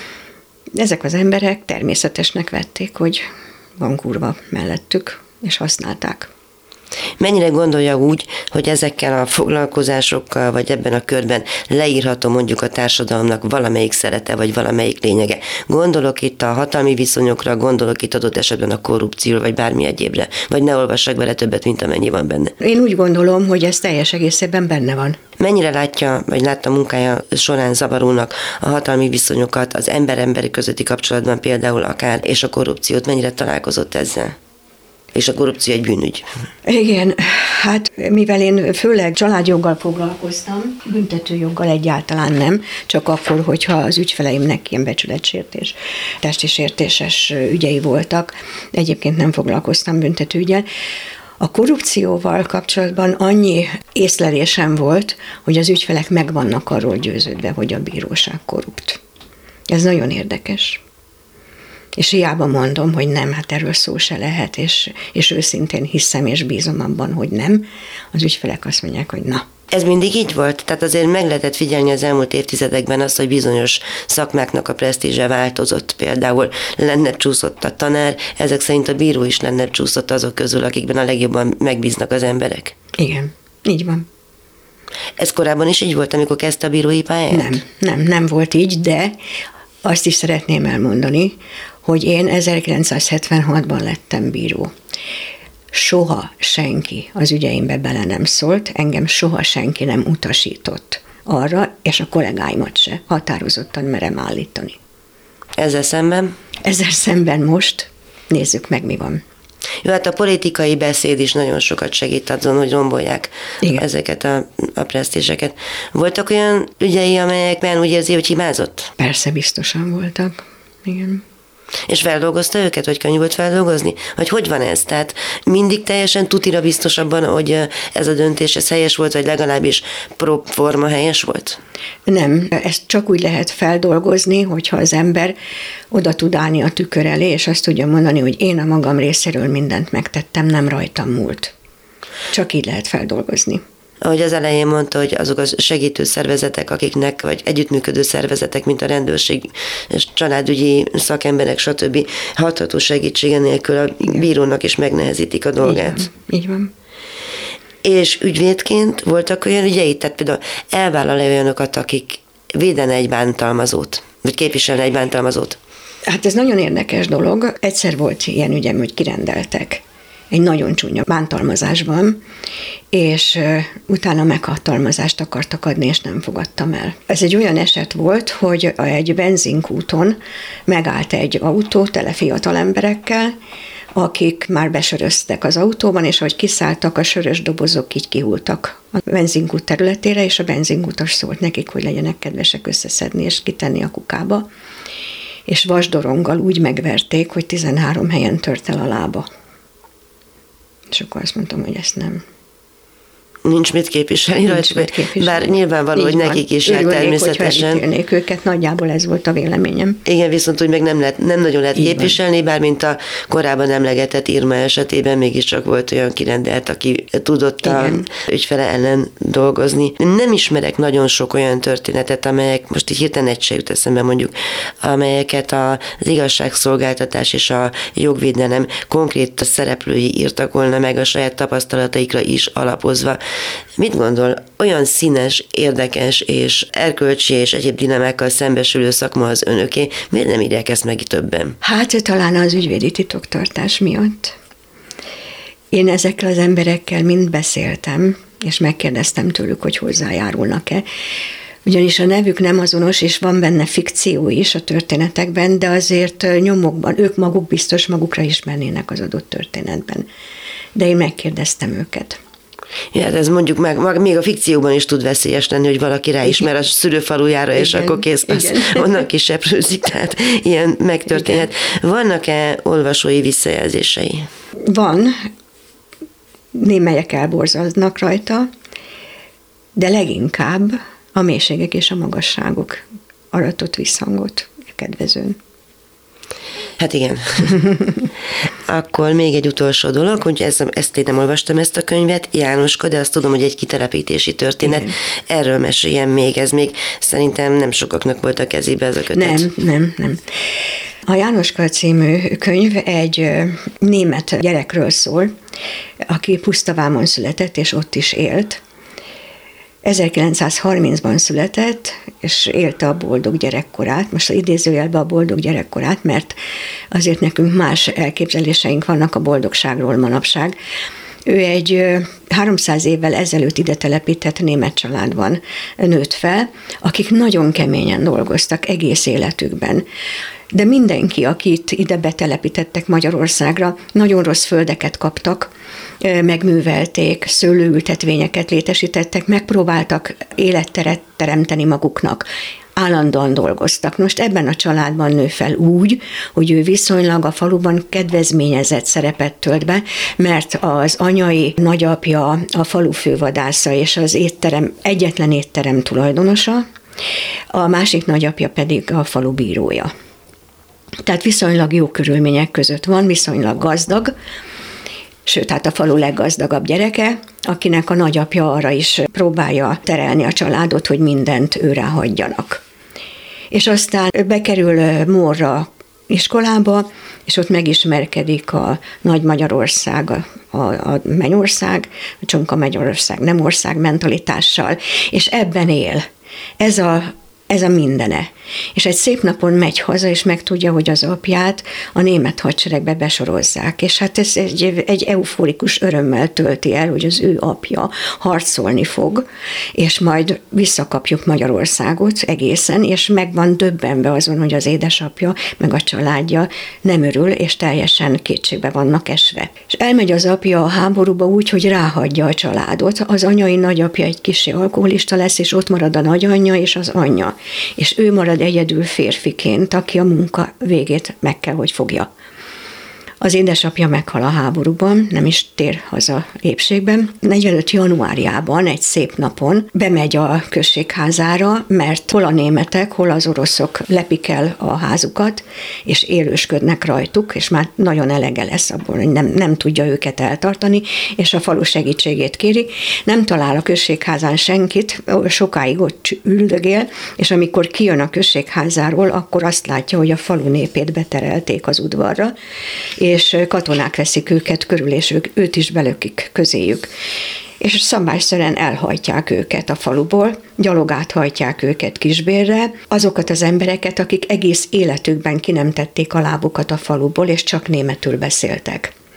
E: Ezek az emberek természetesnek vették, hogy van kurva mellettük, és használták.
F: Mennyire gondolja úgy, hogy ezekkel a foglalkozásokkal, vagy ebben a körben leírható mondjuk a társadalomnak valamelyik szerete, vagy valamelyik lényege? Gondolok itt a hatalmi viszonyokra, gondolok itt adott esetben a korrupcióra, vagy bármi egyébre, vagy ne olvassak bele többet, mint amennyi van benne.
E: Én úgy gondolom, hogy ez teljes egészében benne van.
F: Mennyire látja, vagy látta munkája során zavarónak a hatalmi viszonyokat, az ember-emberi közötti kapcsolatban például akár, és a korrupciót, mennyire találkozott ezzel? És a korrupció egy bűnügy.
E: Igen, hát mivel én főleg családjoggal foglalkoztam, büntetőjoggal egyáltalán nem, csak akkor, hogyha az ügyfeleimnek ilyen becsületsértés, testi sértéses ügyei voltak. Egyébként nem foglalkoztam büntetőüggyel. A korrupcióval kapcsolatban annyi észlelésem volt, hogy az ügyfelek meg vannak arról győződve, hogy a bíróság korrupt. Ez nagyon érdekes. És hiába mondom, hogy nem, hát erről szó se lehet, és, és őszintén hiszem és bízom abban, hogy nem. Az ügyfelek azt mondják, hogy na.
F: Ez mindig így volt? Tehát azért meg lehetett figyelni az elmúlt évtizedekben azt, hogy bizonyos szakmáknak a presztízse változott. Például lenne csúszott a tanár, ezek szerint a bíró is lenne csúszott azok közül, akikben a legjobban megbíznak az emberek.
E: Igen, így van.
F: Ez korábban is így volt, amikor kezdte a bírói pályát?
E: Nem, nem, nem volt így, de azt is szeretném elmondani, hogy én ezerkilencszázhetvenhatban lettem bíró. Soha senki az ügyeimbe bele nem szólt, engem soha senki nem utasított arra, és a kollégáimat se határozottan merem állítani.
F: Ezzel szemben?
E: Ezzel szemben most nézzük meg, mi van.
F: Jó, hát a politikai beszéd is nagyon sokat segít azon, hogy rombolják igen. ezeket a, a presztízseket. Voltak olyan ügyei, amelyekben úgy érzi, hogy hibázott?
E: Persze, biztosan voltak. Igen.
F: És feldolgozta őket, hogy könnyű volt feldolgozni? Vagy hogy van ez? Tehát mindig teljesen tutira biztos abban, hogy ez a döntés ez helyes volt, vagy legalábbis pro forma helyes volt?
E: Nem, ezt csak úgy lehet feldolgozni, hogyha az ember oda tud állni a tükör elé, és azt tudja mondani, hogy én a magam részéről mindent megtettem, nem rajtam múlt. Csak így lehet feldolgozni.
F: Ahogy az elején mondta, hogy azok a segítő szervezetek, akiknek, vagy együttműködő szervezetek, mint a rendőrség, családügyi szakemberek, stb. Hatható segítsége nélkül a bírónak is megnehezítik a dolgát.
E: Így van. Így van.
F: És ügyvédként voltak olyan ügyei, tehát például elvállal olyanokat, akik védene egy bántalmazót, vagy képviselne egy bántalmazót?
E: Hát ez nagyon érdekes dolog. Egyszer volt ilyen ügyem, hogy kirendeltek egy nagyon csúnya bántalmazásban, és utána meghatalmazást akartak adni, és nem fogadtam el. Ez egy olyan eset volt, hogy egy benzinkúton megállt egy autó tele fiatal emberekkel, akik már besöröztek az autóban, és ahogy kiszálltak, a sörös dobozok így kihultak a benzinkút területére, és a benzinkutas szólt nekik, hogy legyenek kedvesek összeszedni és kitenni a kukába. És vasdoronggal úgy megverték, hogy tizenhárom helyen tört el a lába. És akkor azt mondtam, hogy ezt nem.
F: Nincs mit képviselni rajta, bár nyilvánvaló, hogy nekik is jár természetesen.
E: Örülnék őket, nagyjából ez volt a véleményem.
F: Igen, viszont úgy meg nem, lehet, nem nagyon lehet így képviselni, van. Bár mint a korábban emlegetett Irma esetében mégiscsak volt olyan kirendelt, aki tudott a ügyfele ellen dolgozni. Nem ismerek nagyon sok olyan történetet, amelyek, most így hirtelen egy se jut eszembe mondjuk, amelyeket az igazságszolgáltatás és a jogvédelem konkrét szereplői írtak volna meg a saját tapasztalataikra is alapozva. Mit gondol, olyan színes, érdekes és erkölcsi és egyéb dilemákkal szembesülő szakma az önöké, miért nem írják ezt meg többen?
E: Hát talán az ügyvédi titoktartás miatt. Én ezekkel az emberekkel mind beszéltem, és megkérdeztem tőlük, hogy hozzájárulnak-e. Ugyanis a nevük nem azonos, és van benne fikció is a történetekben, de azért nyomokban ők maguk biztos magukra ismernének az adott történetben. De én megkérdeztem őket.
F: Ja, ez mondjuk meg, még a fikcióban is tud veszélyes lenni, hogy valaki ráismer a szülőfalujára, és igen, akkor kész, az, onnan kiseprőzik, tehát ilyen megtörténhet. Igen. Vannak-e olvasói visszajelzései?
E: Van, némelyek elborzadnak rajta, de leginkább a mélységek és a magasságok aratott visszhangot kedvezőn.
F: Hát igen. Akkor még egy utolsó dolog, hogy ezt, ezt én nem olvastam ezt a könyvet, Jánoska, de azt tudom, hogy egy kitelepítési történet. Igen. Erről meséljen még, ez még szerintem nem sokaknak volt a kezébe ez a kötet.
E: Nem, nem, nem. A Jánoska című könyv egy német gyerekről szól, aki Pusztavámon született, és ott is élt. ezerkilencszázharmincban született, és élte a boldog gyerekkorát, most idézőjelben a boldog gyerekkorát, mert azért nekünk más elképzeléseink vannak a boldogságról manapság. Ő egy háromszáz évvel ezelőtt ide telepített német családban nőtt fel, akik nagyon keményen dolgoztak egész életükben. De mindenki, akit ide betelepítettek Magyarországra, nagyon rossz földeket kaptak, megművelték, szőlőültetvényeket létesítettek, megpróbáltak életteret teremteni maguknak. Állandóan dolgoztak. Most ebben a családban nő fel úgy, hogy ő viszonylag a faluban kedvezményezett szerepet tölt be, mert az anyai nagyapja a falu fővadásza és az étterem, egyetlen étterem tulajdonosa, a másik nagyapja pedig a falu bírója. Tehát viszonylag jó körülmények között van, viszonylag gazdag, sőt, hát a falu leggazdagabb gyereke, akinek a nagyapja arra is próbálja terelni a családot, hogy mindent őrá hagyjanak. És aztán bekerül Mórra iskolába, és ott megismerkedik a Nagy Magyarország, a, a Mennyország, a Csonka Magyarország, nem ország mentalitással, és ebben él. Ez a Ez a mindene. És egy szép napon megy haza, és megtudja, hogy az apját a német hadseregbe besorozzák. És hát ez egy, egy euforikus örömmel tölti el, hogy az ő apja harcolni fog, és majd visszakapjuk Magyarországot egészen, és meg van döbbenve azon, hogy az édesapja, meg a családja nem örül, és teljesen kétségbe vannak esve. És elmegy az apja a háborúba úgy, hogy ráhagyja a családot. Az anyai nagyapja egy kissé alkoholista lesz, és ott marad a nagyanyja és az anyja. És ő marad egyedül férfiként, aki a munka végét meg kell, hogy fogja. Az édesapja meghal a háborúban, nem is tér haza épségben. negyvenöt januárjában, egy szép napon bemegy a községházára, mert hol a németek, hol az oroszok lepik el a házukat, és élősködnek rajtuk, és már nagyon elege lesz abból, hogy nem, nem tudja őket eltartani, és a falu segítségét kéri. Nem talál a községházán senkit, sokáig ott üldögél, és amikor kijön a községházáról, akkor azt látja, hogy a falu népét beterelték az udvarra, és katonák veszik őket körül, és ők, őt is belökik közéjük. És szabályszerűen elhajtják őket a faluból, gyalog áthajtják őket Kisbérre, azokat az embereket, akik egész életükben ki nem tették a lábukat a faluból, és csak németül beszéltek.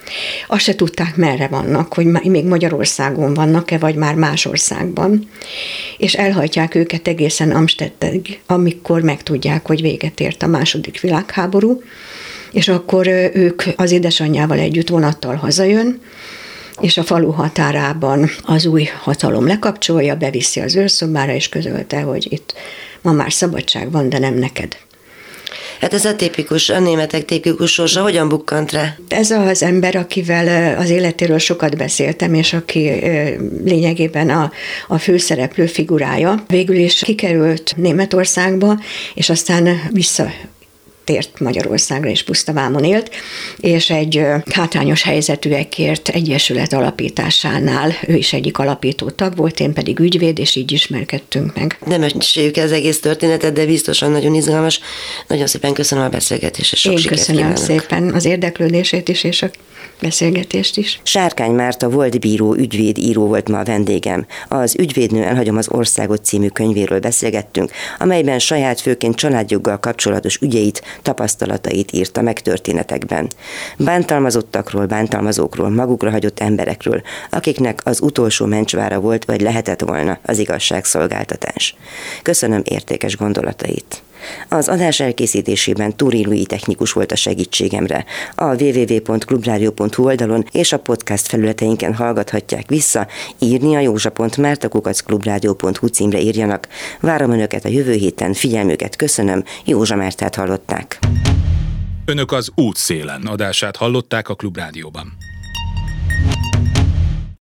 E: Azt se tudták, merre vannak, hogy még Magyarországon vannak-e, vagy már más országban, és elhajtják őket egészen Amsterdamig, amikor megtudják, hogy véget ért a második világháború, és akkor ők az édesanyjával együtt vonattal hazajön, és a falu határában az új hatalom lekapcsolja, beviszi az őrszobára, és közölte, hogy itt ma már szabadság van, de nem neked.
F: Hát ez a tipikus, a németek tipikus sorsa, hogyan bukkant rá?
E: Ez az ember, akivel az életéről sokat beszéltem, és aki lényegében a, a főszereplő figurája, végül is kikerült Németországba, és aztán vissza tért Magyarországra, és Pusztavámon élt, és egy hátrányos helyzetűekért egyesület alapításánál ő is egyik alapító tag volt, én pedig ügyvéd, és így ismerkedtünk meg.
F: Nem meséljük az egész történetet, de biztosan nagyon izgalmas. Nagyon szépen köszönöm a beszélgetést, és sok
E: én
F: sikert
E: köszönöm
F: kívánok.
E: szépen az érdeklődését is, és a beszélgetést is.
D: Sárkány Márta volt bíró, ügyvéd, író volt ma a vendégem. Az Ügyvédnő elhagyom az országot című könyvéről beszélgettünk, amelyben saját főként családjoggal kapcsolatos ügyeit, tapasztalatait írta meg történetekben. Bántalmazottakról, bántalmazókról, magukra hagyott emberekről, akiknek az utolsó mencsvára volt, vagy lehetett volna az igazságszolgáltatás. Köszönöm értékes gondolatait. Az adás elkészítésében Túri Lui technikus volt a segítségemre. A double-u double-u double-u pont klubrádió pont hu oldalon és a podcast felületeinken hallgathatják vissza, írni a józsa pont márta kukac klubrádió pont hu címre írjanak. Várom Önöket a jövő héten, figyelmüket köszönöm, Józsa Mártát hallották.
C: Önök az Útszélen adását hallották a Klubrádióban.